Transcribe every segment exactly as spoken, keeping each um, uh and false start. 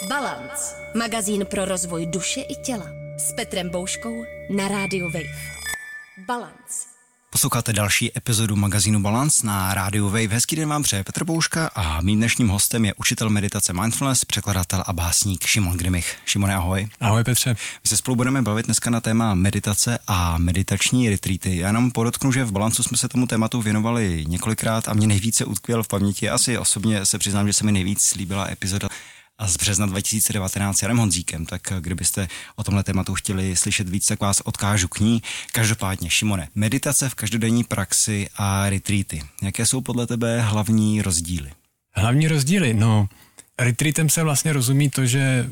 Balance, magazín pro rozvoj duše i těla. S Petrem Bouškou na rádiu Wave. Balance. Posloucháte další epizodu magazínu Balance na rádiu Wave. Hezký den vám přeje Petr Bouška a mým dnešním hostem je učitel meditace Mindfulness, překladatel a básník Šimon Grimich. Šimone, ahoj. Ahoj Petře. My se spolu budeme bavit dneska na téma meditace a meditační retreaty. Já nám podotknu, že v Balancu jsme se tomu tématu věnovali několikrát a mě nejvíce utkvěl v paměti. Asi osobně se přiznám, že se mi nejvíc líbila epizoda a z března dva tisíce devatenáct s Janem Honzíkem, tak kdybyste o tomhle tématu chtěli slyšet víc, tak vás odkážu k ní. Každopádně, Šimone, meditace v každodenní praxi a retreaty. Jaké jsou podle tebe hlavní rozdíly? Hlavní rozdíly? No, retreatem se vlastně rozumí to, že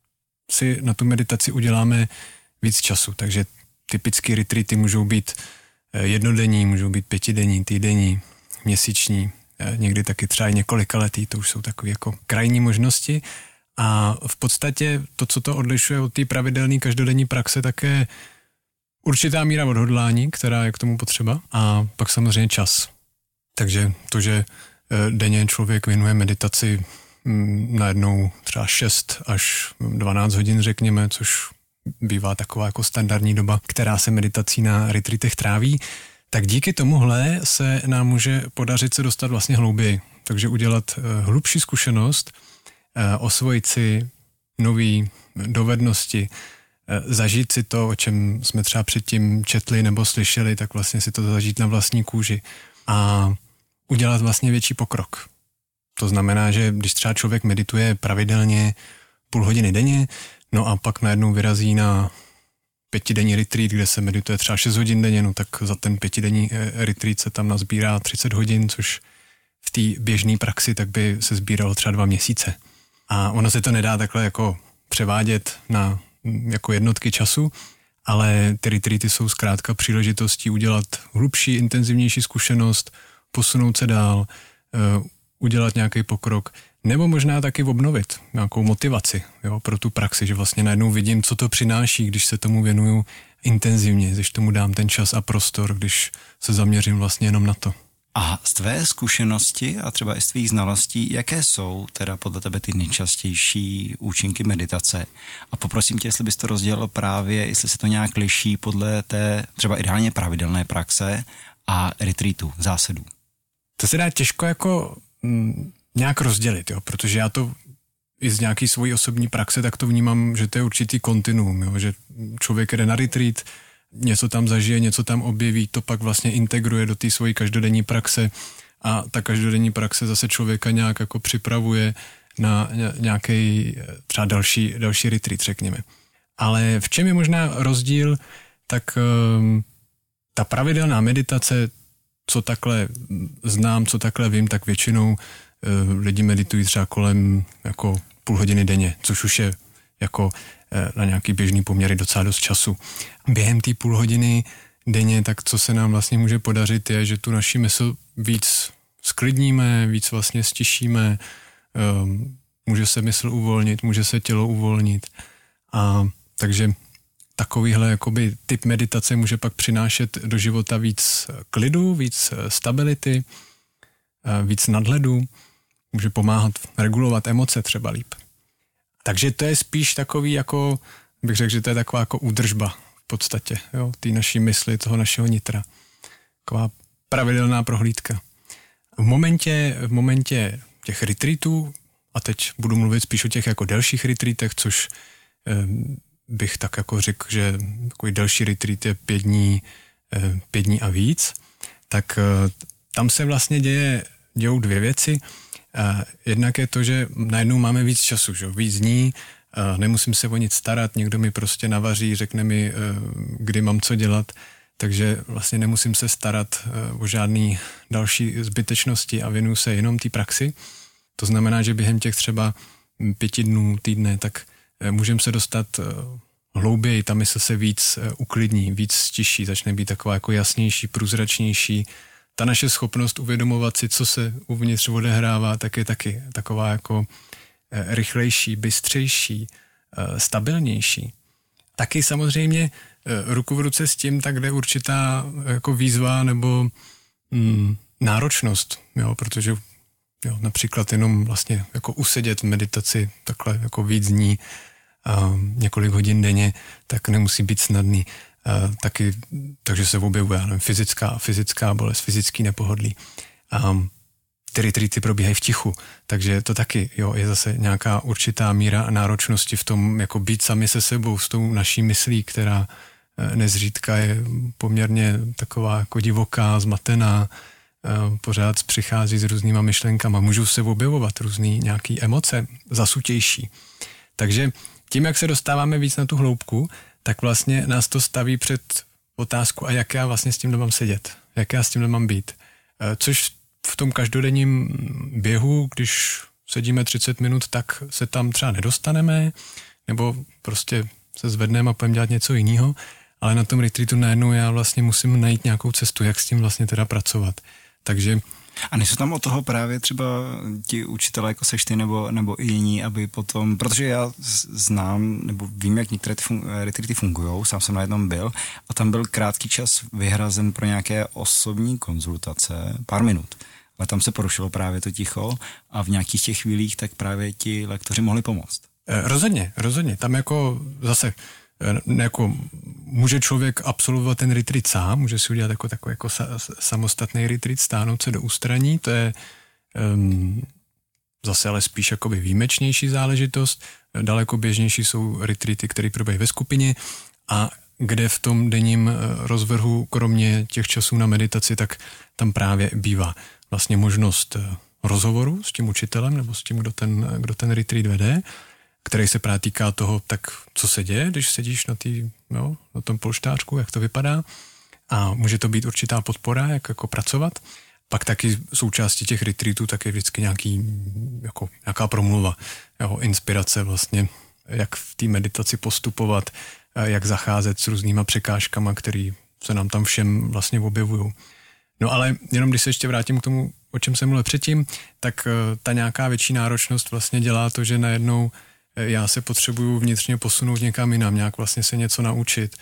si na tu meditaci uděláme víc času, takže typicky retreaty můžou být jednodenní, můžou být pětidenní, týdenní, měsíční, někdy taky třeba i několikaletý, to už jsou takové jako krajní možnosti. A v podstatě to, co to odlišuje od té pravidelné každodenní praxe, také určitá míra odhodlání, která je k tomu potřeba, a pak samozřejmě čas. Takže to, že denně člověk věnuje meditaci najednou třeba šest až dvanáct hodin, řekněme, což bývá taková jako standardní doba, která se meditací na retreatech tráví, tak díky tomuhle se nám může podařit se dostat vlastně hlouběji. Takže udělat hlubší zkušenost, osvojit si nový dovednosti, zažít si to, o čem jsme třeba předtím četli nebo slyšeli, tak vlastně si to zažít na vlastní kůži a udělat vlastně větší pokrok. To znamená, že když třeba člověk medituje pravidelně půl hodiny denně, no a pak najednou vyrazí na pětidenní retreat, kde se medituje třeba šest hodin denně, no tak za ten pětidenní retreat se tam nazbírá třicet hodin, což v té běžné praxi tak by se sbíralo třeba dva měsíce. A ono se to nedá takhle jako převádět na jako jednotky času, ale ty retreaty jsou zkrátka příležitostí udělat hlubší, intenzivnější zkušenost, posunout se dál, udělat nějaký pokrok, nebo možná taky obnovit nějakou motivaci, jo, pro tu praxi, že vlastně najednou vidím, co to přináší, když se tomu věnuju intenzivně, když tomu dám ten čas a prostor, když se zaměřím vlastně jenom na to. A z tvé zkušenosti a třeba i z tvých znalostí, jaké jsou teda podle tebe ty nejčastější účinky meditace? A poprosím tě, jestli bys to rozdělil právě, jestli se to nějak liší podle té třeba ideálně pravidelné praxe a retreatu, zásadů. To se dá těžko jako mm, nějak rozdělit, jo, protože já to i z nějaký svojí osobní praxe, tak to vnímám, že to je určitý kontinuum, jo, že člověk jde na retreat, něco tam zažije, něco tam objeví, to pak vlastně integruje do té svojí každodenní praxe a ta každodenní praxe zase člověka nějak jako připravuje na nějaký třeba další, další retreat, řekněme. Ale v čem je možná rozdíl, tak um, ta pravidelná meditace, co takhle znám, co takhle vím, tak většinou uh, lidi meditují třeba kolem jako půl hodiny denně, což už je jako na nějaký běžný poměry docela dost času. Během té půl hodiny denně, tak co se nám vlastně může podařit, je, že tu naši mysl víc sklidníme, víc vlastně stišíme, um, může se mysl uvolnit, může se tělo uvolnit. A takže takovýhle jakoby typ meditace může pak přinášet do života víc klidu, víc stability, víc nadhledu, může pomáhat regulovat emoce třeba líp. Takže to je spíš takový jako, bych řekl, že to je taková jako údržba v podstatě, jo, té naší mysli, toho našeho nitra. Taková pravidelná prohlídka. V momentě, v momentě těch retreatů, a teď budu mluvit spíš o těch jako delších retreatech, což eh, bych tak jako řekl, že takový delší retreat je pět dní, eh, pět dní a víc, tak eh, tam se vlastně děje, dějou dvě věci. Uh, jednak je to, že najednou máme víc času, že? Víc dní, uh, nemusím se o nic starat, někdo mi prostě navaří, řekne mi, uh, kdy mám co dělat, takže vlastně nemusím se starat uh, o žádný další zbytečnosti a věnuju se jenom té praxi. To znamená, že během těch třeba pěti dnů, týdne, tak uh, můžeme se dostat uh, hlouběji, ta mysl se víc uh, uklidní, víc stiší, začne být taková jako jasnější, průzračnější. Ta naše schopnost uvědomovat si, co se uvnitř odehrává, tak je taky taková jako rychlejší, bystřejší, stabilnější. Taky samozřejmě ruku v ruce s tím, tak jde určitá jako výzva nebo mm, náročnost, jo, protože Jo, například jenom vlastně jako usedět v meditaci takhle jako víc dní, a několik hodin denně, tak nemusí být snadný. A taky, takže se objevuje nevím, fyzická, fyzická bolest, fyzický nepohodlí. A ty retreaty probíhají v tichu, takže to taky jo, je zase nějaká určitá míra náročnosti v tom jako být sami se sebou, s tou naší myslí, která nezřídka je poměrně taková jako divoká, zmatená, pořád přichází s různýma myšlenkama, můžou se objevovat různý nějaký emoce zasutější. Takže tím, jak se dostáváme víc na tu hloubku, tak vlastně nás to staví před otázku, a jak já vlastně s tímhle mám sedět, jak já s tímhle mám být. Což v tom každodenním běhu, když sedíme třicet minut, tak se tam třeba nedostaneme, nebo prostě se zvedneme a půjdeme dělat něco jiného, ale na tom retreatu najednou já vlastně musím najít nějakou cestu, jak s tím vlastně teda pracovat. Takže a nejsou tam od toho právě třeba ti učitelé jako seš ty nebo, nebo i jiní, aby potom, protože já znám nebo vím, jak některé ty fun- retreaty fungují, sám jsem na jednom byl a tam byl krátký čas vyhrazen pro nějaké osobní konzultace, pár minut. Ale tam se porušilo právě to ticho a v nějakých těch chvílích tak právě ti lektoři mohli pomoct. Rozhodně, rozhodně. Tam jako zase jako může člověk absolvovat ten retreat sám, může si udělat jako takový jako sa, samostatný retreat, stáhnout se do ústraní, to je um, zase ale spíš jakoby výjimečnější záležitost. Daleko běžnější jsou retreaty, které probíhají ve skupině a kde v tom denním rozvrhu, kromě těch časů na meditaci, tak tam právě bývá vlastně možnost rozhovoru s tím učitelem nebo s tím, kdo ten, kdo ten retreat vede, který se právě týká toho, tak co se děje, když sedíš na, tý, jo, na tom polštářku, jak to vypadá. A může to být určitá podpora, jak jako pracovat. Pak taky součástí těch retreatů tak je vždycky nějaký, jako, nějaká promluva, jo, inspirace vlastně, jak v té meditaci postupovat, jak zacházet s různýma překážkama, které se nám tam všem vlastně objevují. No ale jenom když se ještě vrátím k tomu, o čem jsem mluvil předtím, tak ta nějaká větší náročnost vlastně dělá to, že najednou já se potřebuju vnitřně posunout někam jinam, nějak vlastně se něco naučit,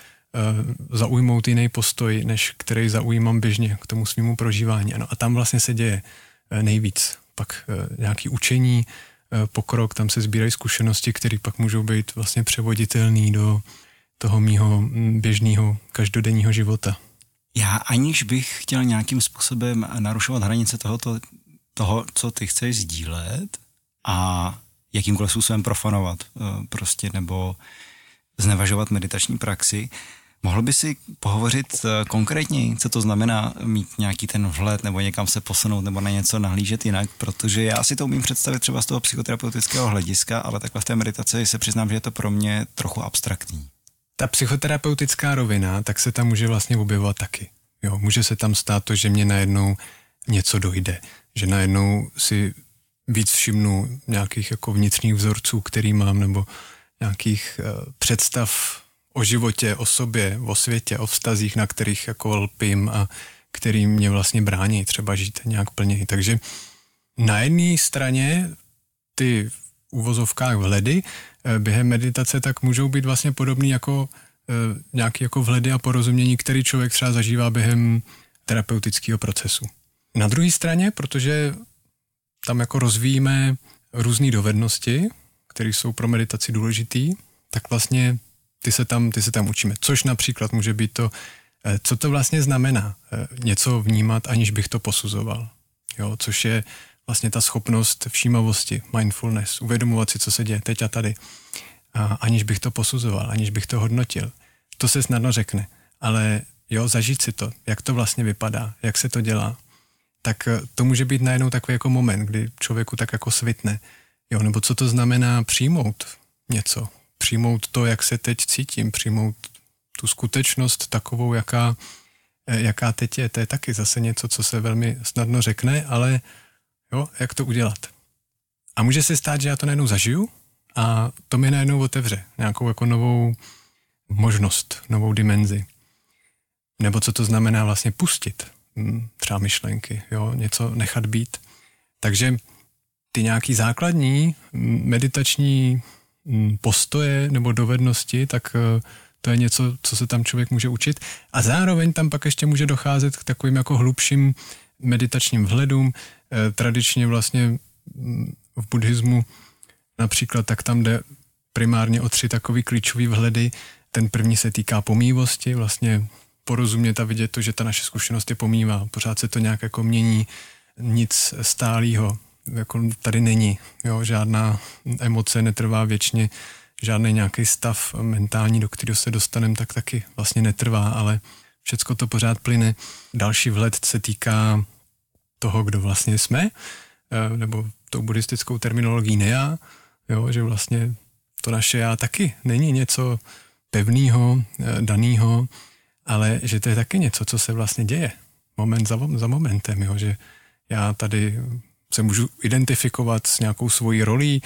zaujmout jiný postoj, než který zaujímám běžně k tomu svýmu prožívání. Ano, a tam vlastně se děje nejvíc. Pak nějaký učení, pokrok, tam se sbírají zkušenosti, které pak můžou být vlastně převoditelný do toho mýho běžného každodenního života. Já aniž bych chtěl nějakým způsobem narušovat hranice tohoto, toho, co ty chceš sdílet a jakýmkoliv způsobem profanovat prostě nebo znevažovat meditační praxi. Mohl by si pohovořit konkrétně, co to znamená mít nějaký ten vhled nebo někam se posunout nebo na něco nahlížet jinak, protože já si to umím představit třeba z toho psychoterapeutického hlediska, ale takhle v té meditaci se přiznám, že je to pro mě trochu abstraktní. Ta psychoterapeutická rovina, tak se tam může vlastně objevovat taky. Jo, může se tam stát to, že mě najednou něco dojde, že najednou si víc všimnu nějakých jako vnitřních vzorců, který mám, nebo nějakých uh, představ o životě, o sobě, o světě, o vztazích, na kterých jako lpím a který mě vlastně brání třeba žít nějak plně. Takže na jedné straně ty v uvozovkách vhledy během meditace tak můžou být vlastně podobný jako uh, nějaký jako vhledy a porozumění, který člověk třeba zažívá během terapeutického procesu. Na druhé straně, protože tam jako rozvíjíme různé dovednosti, které jsou pro meditaci důležitý, tak vlastně ty se tam, ty se tam učíme. Což například může být to, co to vlastně znamená něco vnímat, aniž bych to posuzoval. Jo, což je vlastně ta schopnost všímavosti, mindfulness, uvědomovat si, co se děje teď a tady, a aniž bych to posuzoval, aniž bych to hodnotil. To se snadno řekne, ale jo, zažít si to, jak to vlastně vypadá, jak se to dělá, tak to může být najednou takový jako moment, kdy člověku tak jako svitne. Jo, nebo co to znamená přijmout něco, přijmout to, jak se teď cítím, přijmout tu skutečnost takovou, jaká, jaká teď je. To je taky zase něco, co se velmi snadno řekne, ale jo, jak to udělat. A může se stát, že já to najednou zažiju a to mi najednou otevře nějakou jako novou možnost, novou dimenzi. Nebo co to znamená vlastně pustit třeba myšlenky, jo, něco nechat být. Takže ty nějaký základní meditační postoje nebo dovednosti, tak to je něco, co se tam člověk může učit. A zároveň tam pak ještě může docházet k takovým jako hlubším meditačním vhledům, tradičně vlastně v buddhismu například, tak tam jde primárně o tři takový klíčový vhledy. Ten první se týká pomývosti, vlastně porozumět a vidět to, že ta naše zkušenost je pomývá. Pořád se to nějak jako mění, nic stálého jako tady není. Jo? Žádná emoce netrvá věčně, žádný nějaký stav mentální, do kterého se dostaneme, tak taky vlastně netrvá, ale všecko to pořád plyne. Další vhled se týká toho, kdo vlastně jsme, nebo tou buddhistickou terminologií nejá, jo? Že vlastně to naše já taky není něco pevného, daného, ale že to je taky něco, co se vlastně děje moment za, za momentem, jo? Že já tady se můžu identifikovat s nějakou svojí rolí,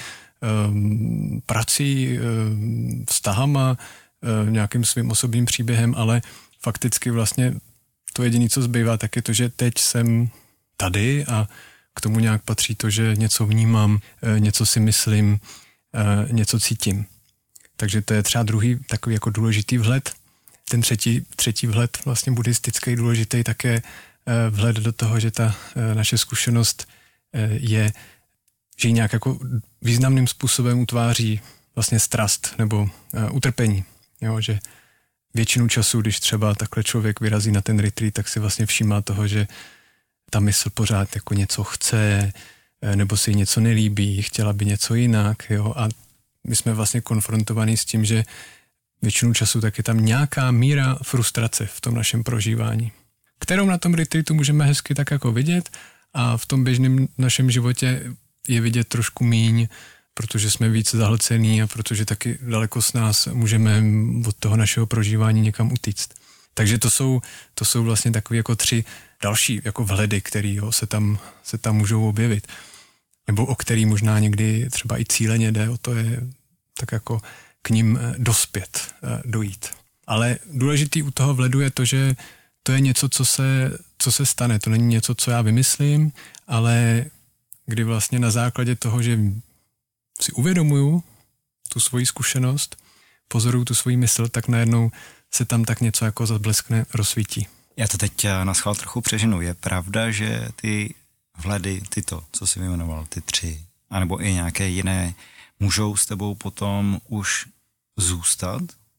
um, prací, um, vztahama, um, nějakým svým osobním příběhem, ale fakticky vlastně to jediné, co zbývá, tak je to, že teď jsem tady a k tomu nějak patří to, že něco vnímám, něco si myslím, něco cítím. Takže to je třeba druhý takový jako důležitý vhled. Ten třetí, třetí vhled vlastně buddhistický důležitý také vhled do toho, že ta naše zkušenost je, že ji nějak jako významným způsobem utváří vlastně strast nebo utrpení. Jo, že většinu času, když třeba takhle člověk vyrazí na ten retreat, tak si vlastně všímá toho, že ta mysl pořád jako něco chce, nebo si jí něco nelíbí, chtěla by něco jinak, jo, a my jsme vlastně konfrontovaní s tím, že většinu času tak je tam nějaká míra frustrace v tom našem prožívání, kterou na tom retreatu můžeme hezky tak jako vidět a v tom běžném našem životě je vidět trošku míň, protože jsme víc zahlcený a protože taky daleko s nás můžeme od toho našeho prožívání někam utíct. Takže to jsou, to jsou vlastně takové jako tři další jako vhledy, který jo, se, tam, se tam můžou objevit. Nebo o který možná někdy třeba i cíleně jde, o to je tak jako k ním dospět, dojít. Ale důležitý u toho vhledu je to, že to je něco, co se, co se stane. To není něco, co já vymyslím, ale kdy vlastně na základě toho, že si uvědomuju tu svoji zkušenost, pozoruju tu svoji mysl, tak najednou se tam tak něco jako zableskne, rozsvítí. Já to teď na schvál trochu přeženu. Je pravda, že ty vhledy, tyto, co jsi vyjmenoval, ty tři, anebo i nějaké jiné, můžou s tebou potom už zůstat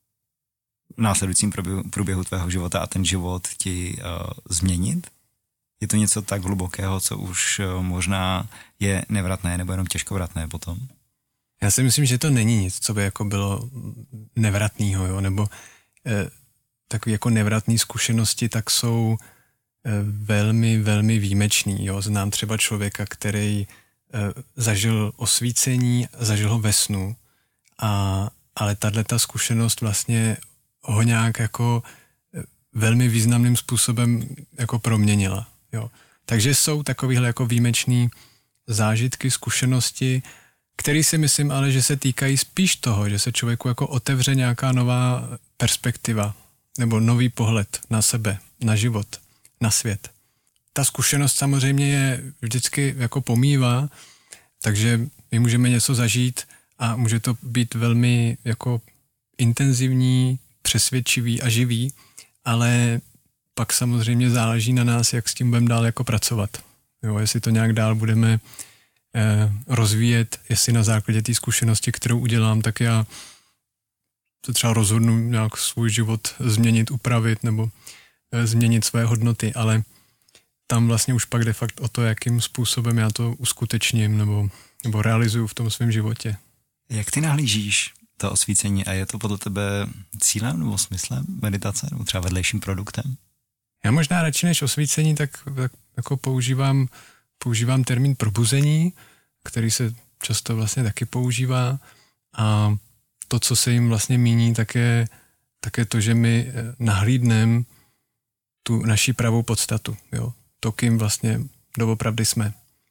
v následujícím průběhu, průběhu tvého života a ten život ti uh, změnit? Je to něco tak hlubokého, co už uh, možná je nevratné nebo jenom těžkovratné potom? Já si myslím, že to není nic, co by jako bylo nevratného, jo, nebo eh, takové jako nevratné zkušenosti, tak jsou eh, velmi, velmi výjimečný, jo. Znám třeba člověka, který eh, zažil osvícení, zažil ho ve snu, a, ale tato zkušenost vlastně ho nějak jako eh, velmi významným způsobem jako proměnila, jo. Takže jsou takovýhle jako výjimečný zážitky, zkušenosti, který si myslím ale, že se týkají spíš toho, že se člověku jako otevře nějaká nová perspektiva nebo nový pohled na sebe, na život, na svět. Ta zkušenost samozřejmě je vždycky jako pomývá, takže my můžeme něco zažít a může to být velmi jako intenzivní, přesvědčivý a živý, ale pak samozřejmě záleží na nás, jak s tím budeme dál jako pracovat. Jo, jestli to nějak dál budeme rozvíjet, jestli na základě té zkušenosti, kterou udělám, tak já se třeba rozhodnu nějak svůj život změnit, upravit nebo změnit své hodnoty, ale tam vlastně už pak de facto o to, jakým způsobem já to uskutečním nebo, nebo realizuju v tom svém životě. Jak ty nahlížíš to osvícení a je to podle tebe cílem nebo smyslem meditace nebo třeba vedlejším produktem? Já možná radši než osvícení, tak, tak jako používám Používám termín probuzení, který se často vlastně taky používá, a to, co se jim vlastně míní, tak je, tak je to, že my nahlídneme tu naši pravou podstatu, jo? To, kým vlastně doopravdy jsme.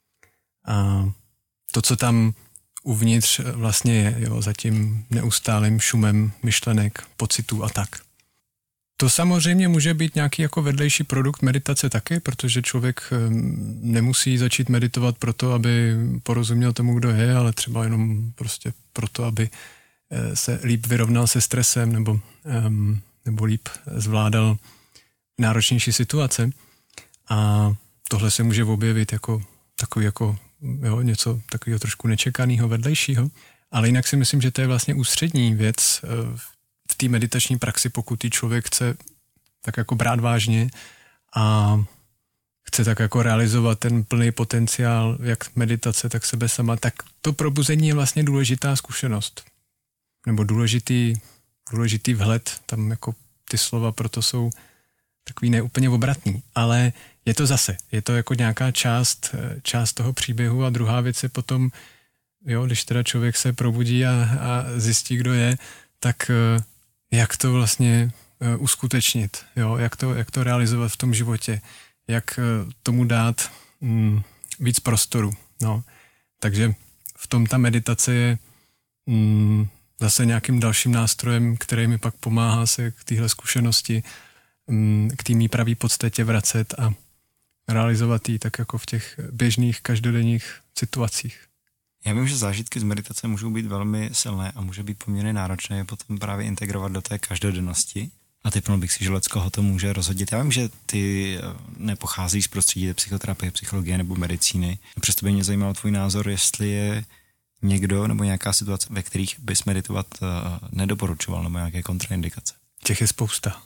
A to, co tam uvnitř vlastně je, jo? Za tím neustálým šumem myšlenek, pocitů a tak. To samozřejmě může být nějaký jako vedlejší produkt meditace taky, protože člověk nemusí začít meditovat proto, aby porozuměl tomu, kdo je, ale třeba jenom prostě proto, aby se líp vyrovnal se stresem nebo, nebo líp zvládal náročnější situace. A tohle se může objevit jako takový jako jo, něco takového trošku nečekaného, vedlejšího. Ale jinak si myslím, že to je vlastně ústřední věc v té meditační praxi, pokud ty člověk chce tak jako brát vážně a chce tak jako realizovat ten plný potenciál, jak meditace, tak sebe sama, tak to probuzení je vlastně důležitá zkušenost. Nebo důležitý, důležitý vhled, tam jako ty slova proto jsou takový neúplně obratný, ale je to zase, je to jako nějaká část, část toho příběhu a druhá věc je potom, jo, když teda člověk se probudí a, a zjistí, kdo je, tak jak to vlastně uskutečnit, jo, jak to, jak to realizovat v tom životě, jak tomu dát mm, víc prostoru, no. Takže v tom ta meditace je mm, zase nějakým dalším nástrojem, který mi pak pomáhá se k téhle zkušenosti, mm, k té mý pravý podstatě vracet a realizovat ji tak jako v těch běžných každodenních situacích. Já vím, že zážitky z meditace můžou být velmi silné a může být poměrně náročné je potom právě integrovat do té každodennosti. A typnul bych si, že leckoho to může rozhodit. Já vím, že ty nepocházíš z prostředí psychoterapie, psychologie nebo medicíny. Přesto by mě zajímal tvůj názor, jestli je někdo nebo nějaká situace, ve kterých bys meditovat nedoporučoval, nebo nějaké kontraindikace. Těch je spousta.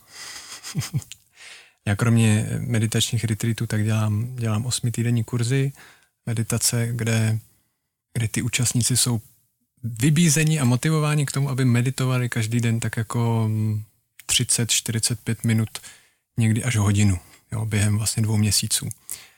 Já kromě meditačních retreatů tak dělám, dělám osmitýdenní kurzy meditace, kde, kde ty účastníci jsou vybízení a motivováni k tomu, aby meditovali každý den tak jako třicet čtyřicet pět minut, někdy až hodinu, jo, během vlastně dvou měsíců.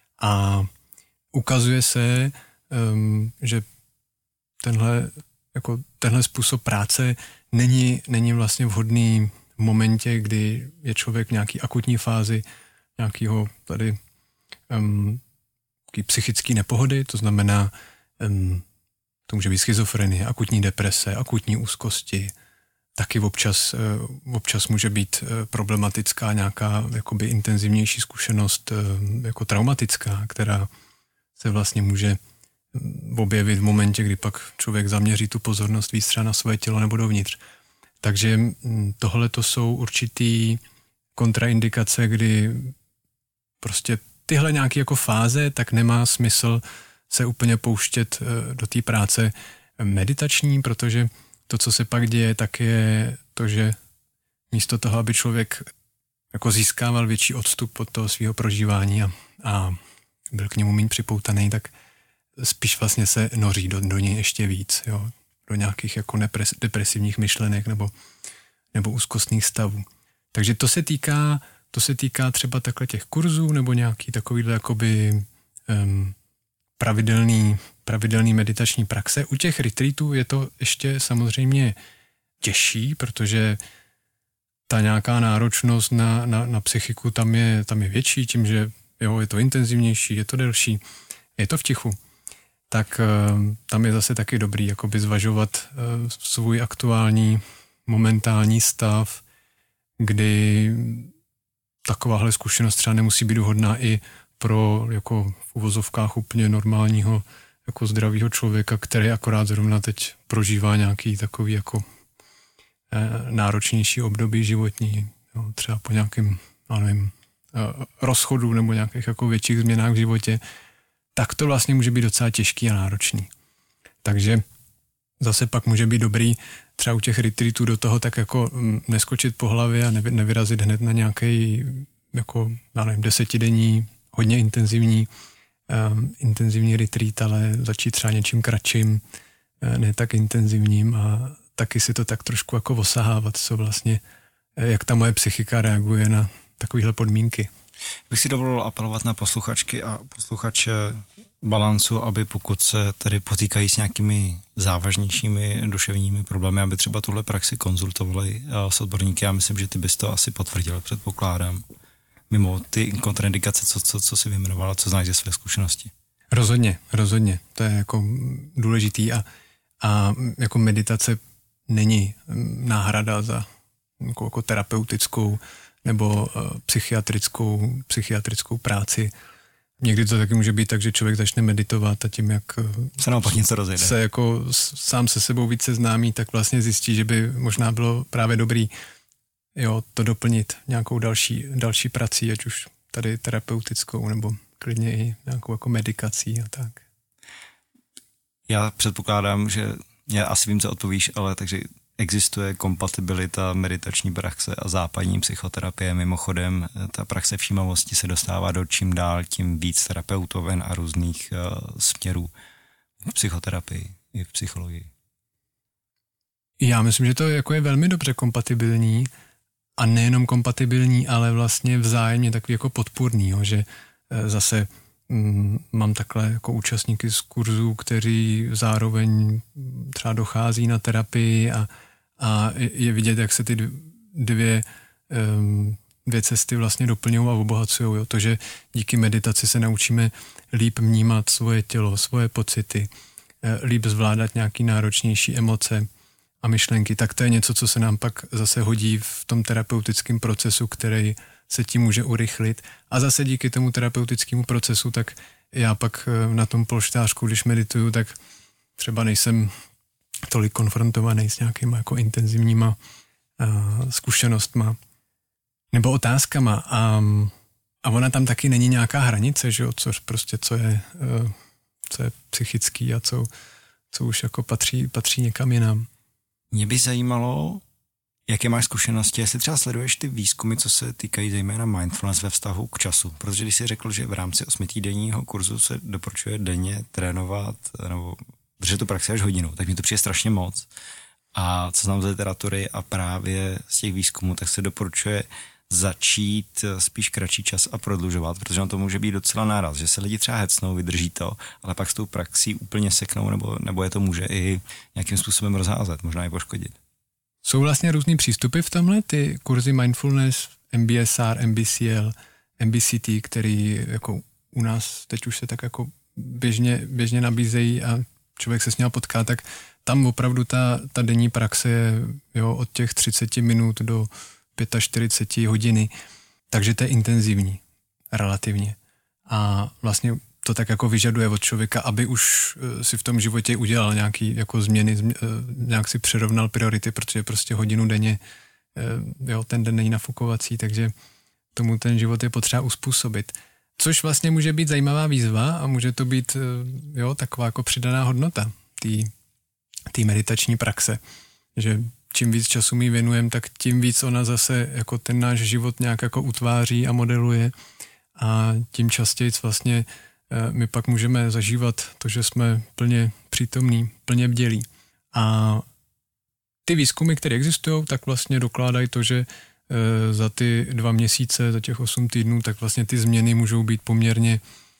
A ukazuje se, um, že tenhle, jako tenhle způsob práce není, není vlastně vhodný v momentě, kdy je člověk v nějaký akutní fázi nějakého tady um, psychické nepohody, to znamená, um, to může být schizofrenie, akutní deprese, akutní úzkosti, taky občas, občas může být problematická nějaká jakoby intenzivnější zkušenost jako traumatická, která se vlastně může objevit v momentě, kdy pak člověk zaměří tu pozornost víc třeba na své tělo nebo dovnitř. Takže tohle to jsou určitý kontraindikace, kdy prostě tyhle nějaké jako fáze, tak nemá smysl se úplně pouštět do té práce meditační, protože to, co se pak děje, tak je to, že místo toho, aby člověk jako získával větší odstup od toho svého prožívání a, a byl k němu méně připoutaný, tak spíš vlastně se noří do, do něj ještě víc, jo, do nějakých jako nepres, depresivních myšlenek nebo, nebo úzkostných stavů. Takže to se týká, to se týká třeba takhle těch kurzů nebo nějaký takovýhle jakoby um, pravidelný pravidelný meditační praxe. U těch retreatů je to ještě samozřejmě těžší, protože ta nějaká náročnost na, na, na psychiku tam je, tam je větší, tím, že jo, je to intenzivnější, je to delší, je to v tichu. Tak uh, tam je zase taky dobrý jakoby zvažovat uh, svůj aktuální momentální stav, kdy takováhle zkušenost třeba nemusí být vhodná i pro jako v uvozovkách úplně normálního jako zdravýho člověka, který akorát zrovna teď prožívá nějaký takový jako eh, náročnější období životní, jo, třeba po nějakém, já nevím, eh, rozchodu nebo nějakých jako větších změnách v životě, tak to vlastně může být docela těžký a náročný. Takže zase pak může být dobrý třeba u těch retreatů do toho tak jako m, neskočit po hlavě a nevy, nevyrazit hned na nějaký jako, já nevím, desetidenní, hodně intenzivní Um, intenzivní retreat, ale začít třeba něčím kratším, ne tak intenzivním a taky si to tak trošku jako osahávat, co vlastně, jak ta moje psychika reaguje na takovéhle podmínky. Bych si dovolil apelovat na posluchačky a posluchače Balancu, aby pokud se tady potýkají s nějakými závažnějšími duševními problémy, aby třeba tuhle praxi konzultovali s odborníky. Já myslím, že ty bys to asi potvrdil, předpokládám. Mimo ty kontraindikace, co, co, co si vyjmenovala, co znáš ze své zkušenosti. Rozhodně, rozhodně. To je jako důležitý a, a jako meditace není náhrada za jako, jako terapeutickou nebo uh, psychiatrickou, psychiatrickou práci. Někdy to taky může být tak, že člověk začne meditovat a tím, jak se naopak něco rozjede. Se jako sám se sebou víc seznámí, tak vlastně zjistí, že by možná bylo právě dobrý jo, to doplnit nějakou další, další prací, ať už tady terapeutickou nebo klidně i nějakou jako medikací a tak. Já předpokládám, že já asi vím, co odpovíš, ale takže existuje kompatibilita meditační praxe a západní psychoterapie. Mimochodem, ta praxe všímavosti se dostává do čím dál tím víc terapeutoven a různých uh, směrů v psychoterapii i v psychologii. Já myslím, že to jako je velmi dobře kompatibilní a nejenom kompatibilní, ale vlastně vzájemně takový jako podpůrný, jo, že zase mm, mám takhle jako účastníky z kurzů, kteří zároveň třeba dochází na terapii a, a je vidět, jak se ty dvě, um, dvě cesty vlastně doplňují a obohacují. Jo. To, že díky meditaci se naučíme líp vnímat svoje tělo, svoje pocity, líp zvládat nějaký náročnější emoce a myšlenky, tak to je něco, co se nám pak zase hodí v tom terapeutickém procesu, který se tím může urychlit. A zase díky tomu terapeutickému procesu, tak já pak na tom polštářku, když medituju, tak třeba nejsem tolik konfrontovaný s nějakýma jako intenzivníma uh, zkušenostma nebo otázkama. A, a ona tam taky není nějaká hranice, že jo, což prostě, co je, uh, co je psychický a co, co už jako patří, patří někam jinam. Mě by zajímalo, jaké máš zkušenosti, jestli třeba sleduješ ty výzkumy, co se týkají zejména mindfulness ve vztahu k času. Protože když jsi řekl, že v rámci osmitýdenního kurzu se doporučuje denně trénovat nebo držet tu praxi až hodinu, tak mi to přijde strašně moc. A co znám z literatury a právě z těch výzkumů, tak se doporučuje začít spíš kratší čas a prodlužovat, protože on to může být docela náraz, že se lidi třeba hecnou, vydrží to, ale pak s tou praxí úplně seknou, nebo, nebo je to může i nějakým způsobem rozházet, možná i poškodit. Jsou vlastně různý přístupy v tomhle, ty kurzy mindfulness, M B S R, M B C L, M B C T, který jako u nás teď už se tak jako běžně, běžně nabízejí a člověk se s ním potká, tak tam opravdu ta, ta denní praxe je jo, od těch třicet minut do čtyřicet pět hodiny, takže to je intenzivní relativně. A vlastně to tak jako vyžaduje od člověka, aby už si v tom životě udělal nějaký jako změny, nějak si přirovnal priority, protože prostě hodinu denně, jo, ten den není nafukovací, takže tomu ten život je potřeba uspůsobit. Což vlastně může být zajímavá výzva a může to být, jo, taková jako přidaná hodnota té meditační praxe, že čím víc času my věnujeme, tak tím víc ona zase jako ten náš život nějak jako utváří a modeluje a tím častěji vlastně my pak můžeme zažívat to, že jsme plně přítomní, plně bdělí. A ty výzkumy, které existují, tak vlastně dokládají to, že za ty dva měsíce, za těch osm týdnů, tak vlastně ty změny můžou být poměrně,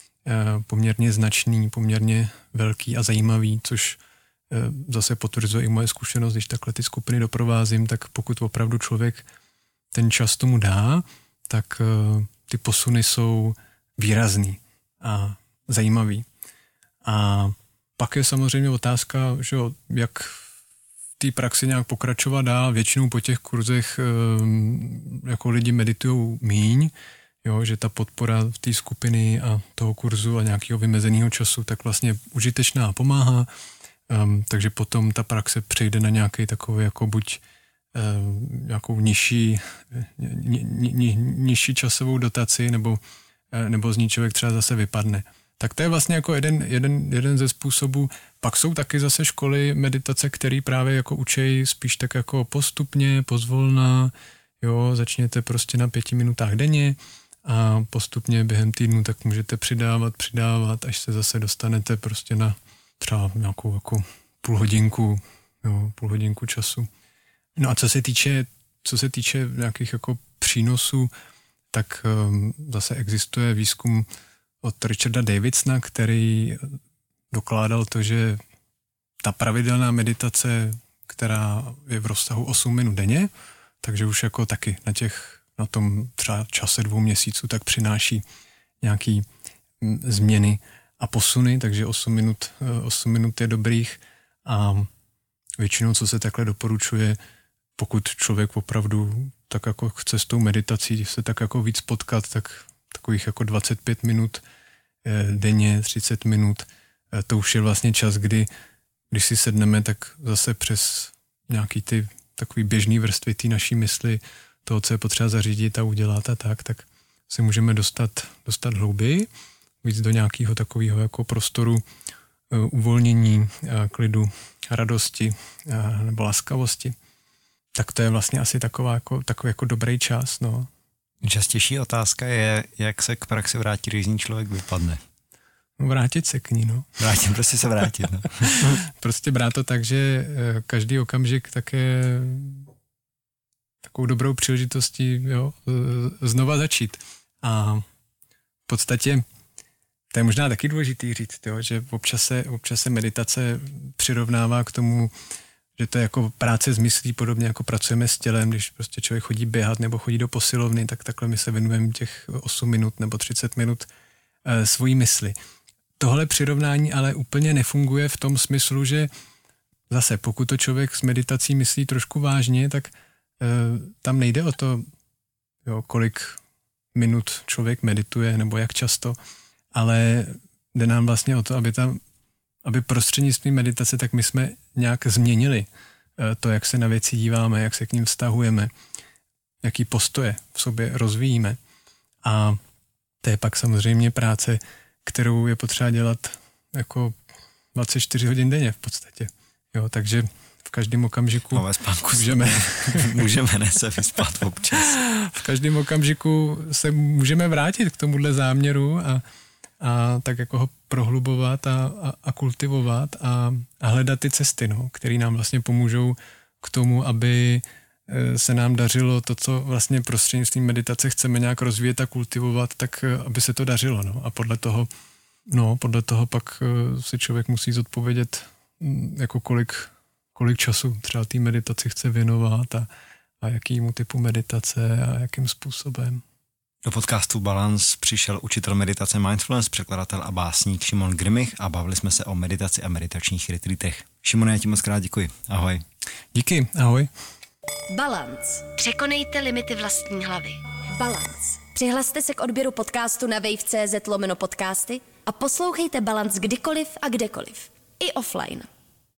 poměrně značný, poměrně velký a zajímavý, což zase potvrzuje i moje zkušenost, když takhle ty skupiny doprovázím, tak pokud opravdu člověk ten čas tomu dá, tak ty posuny jsou výrazný a zajímavý. A pak je samozřejmě otázka, že jo, jak v té praxi nějak pokračovat dál. Většinou po těch kurzech jako lidi meditují míň, jo, že ta podpora v té skupiny a toho kurzu a nějakého vymezeného času tak vlastně užitečná pomáhá. Um, takže potom ta praxe přejde na nějaký takový jako buď um, nějakou nižší, ni, ni, ni, nižší časovou dotaci, nebo, nebo z ní člověk třeba zase vypadne. Tak to je vlastně jako jeden, jeden, jeden ze způsobů. Pak jsou taky zase školy meditace, které právě jako učejí spíš tak jako postupně, pozvolna, jo, začněte prostě na pěti minutách denně a postupně během týdnu tak můžete přidávat, přidávat, až se zase dostanete prostě na třeba nějakou jako půl hodinku, jo, půl hodinku času. No a co se týče, co se týče nějakých jako přínosů, tak um, zase existuje výzkum od Richarda Davidsona, který dokládal to, že ta pravidelná meditace, která je v rozsahu osm minut denně, takže už jako taky na těch, na tom třeba čase dvou měsíců, tak přináší nějaký m, změny a posuny, takže osm minut, osm minut je dobrých a většinou, co se takhle doporučuje, pokud člověk opravdu tak jako chce s tou meditací se tak jako víc potkat, tak takových jako dvacet pět minut denně, třicet minut, to už je vlastně čas, kdy když si sedneme, tak zase přes nějaký ty takový běžný vrstvy té naší mysli, toho, co je potřeba zařídit a udělat a tak, tak se můžeme dostat, dostat hlouběji víc do nějakého takového jako prostoru uh, uvolnění, uh, klidu, radosti uh, nebo laskavosti. Tak to je vlastně asi taková jako, takový jako dobrý čas, no. Častější otázka je, jak se k praxi vrátí, když z ní člověk vypadne. Vrátit se k ní, no. Vrátit, prostě se vrátit, no. Prostě brát to tak, že každý okamžik také takovou dobrou příležitostí, jo, znova začít. A v podstatě to je možná taky důležitý říct, jo, že občas se, občas se meditace přirovnává k tomu, že to je jako práce s myslí, podobně jako pracujeme s tělem, když prostě člověk chodí běhat nebo chodí do posilovny, tak takhle my se věnujeme těch osm minut nebo třicet minut e, svojí mysli. Tohle přirovnání ale úplně nefunguje v tom smyslu, že zase pokud to člověk s meditací myslí trošku vážně, tak e, tam nejde o to, jo, kolik minut člověk medituje nebo jak často, ale jde nám vlastně o to, aby tam aby prostřednictvím meditace, tak my jsme nějak změnili to, jak se na věci díváme, jak se k ním vztahujeme, jaký postoje v sobě rozvíjíme. A to je pak samozřejmě práce, kterou je potřeba dělat jako dvacet čtyři hodin denně v podstatě. Jo, takže v každém okamžiku no, spánku můžeme, můžeme ne se vyspat občas. V každém okamžiku se můžeme vrátit k tomuhle záměru a a tak jako ho prohlubovat a, a, a kultivovat a, a hledat ty cesty, no, které nám vlastně pomůžou k tomu, aby se nám dařilo to, co vlastně prostřednictvím meditace chceme nějak rozvíjet a kultivovat, tak aby se to dařilo. No. A podle toho, no, podle toho pak si člověk musí zodpovědět, jako kolik, kolik času třeba té meditaci chce věnovat a, a jakýmu typu meditace a jakým způsobem. Do podcastu Balance přišel učitel meditace Mindfulness, překladatel a básník Šimon Grimich a bavili jsme se o meditaci a meditačních retreatech. Šimone, já ti moc krát děkuji. Ahoj. Díky, ahoj. Balance. Překonejte limity vlastní hlavy. Balance. Přihlaste se k odběru podcastu na wave tečka cé zet lomeno podcasty a poslouchejte Balance kdykoliv a kdekoliv. I offline.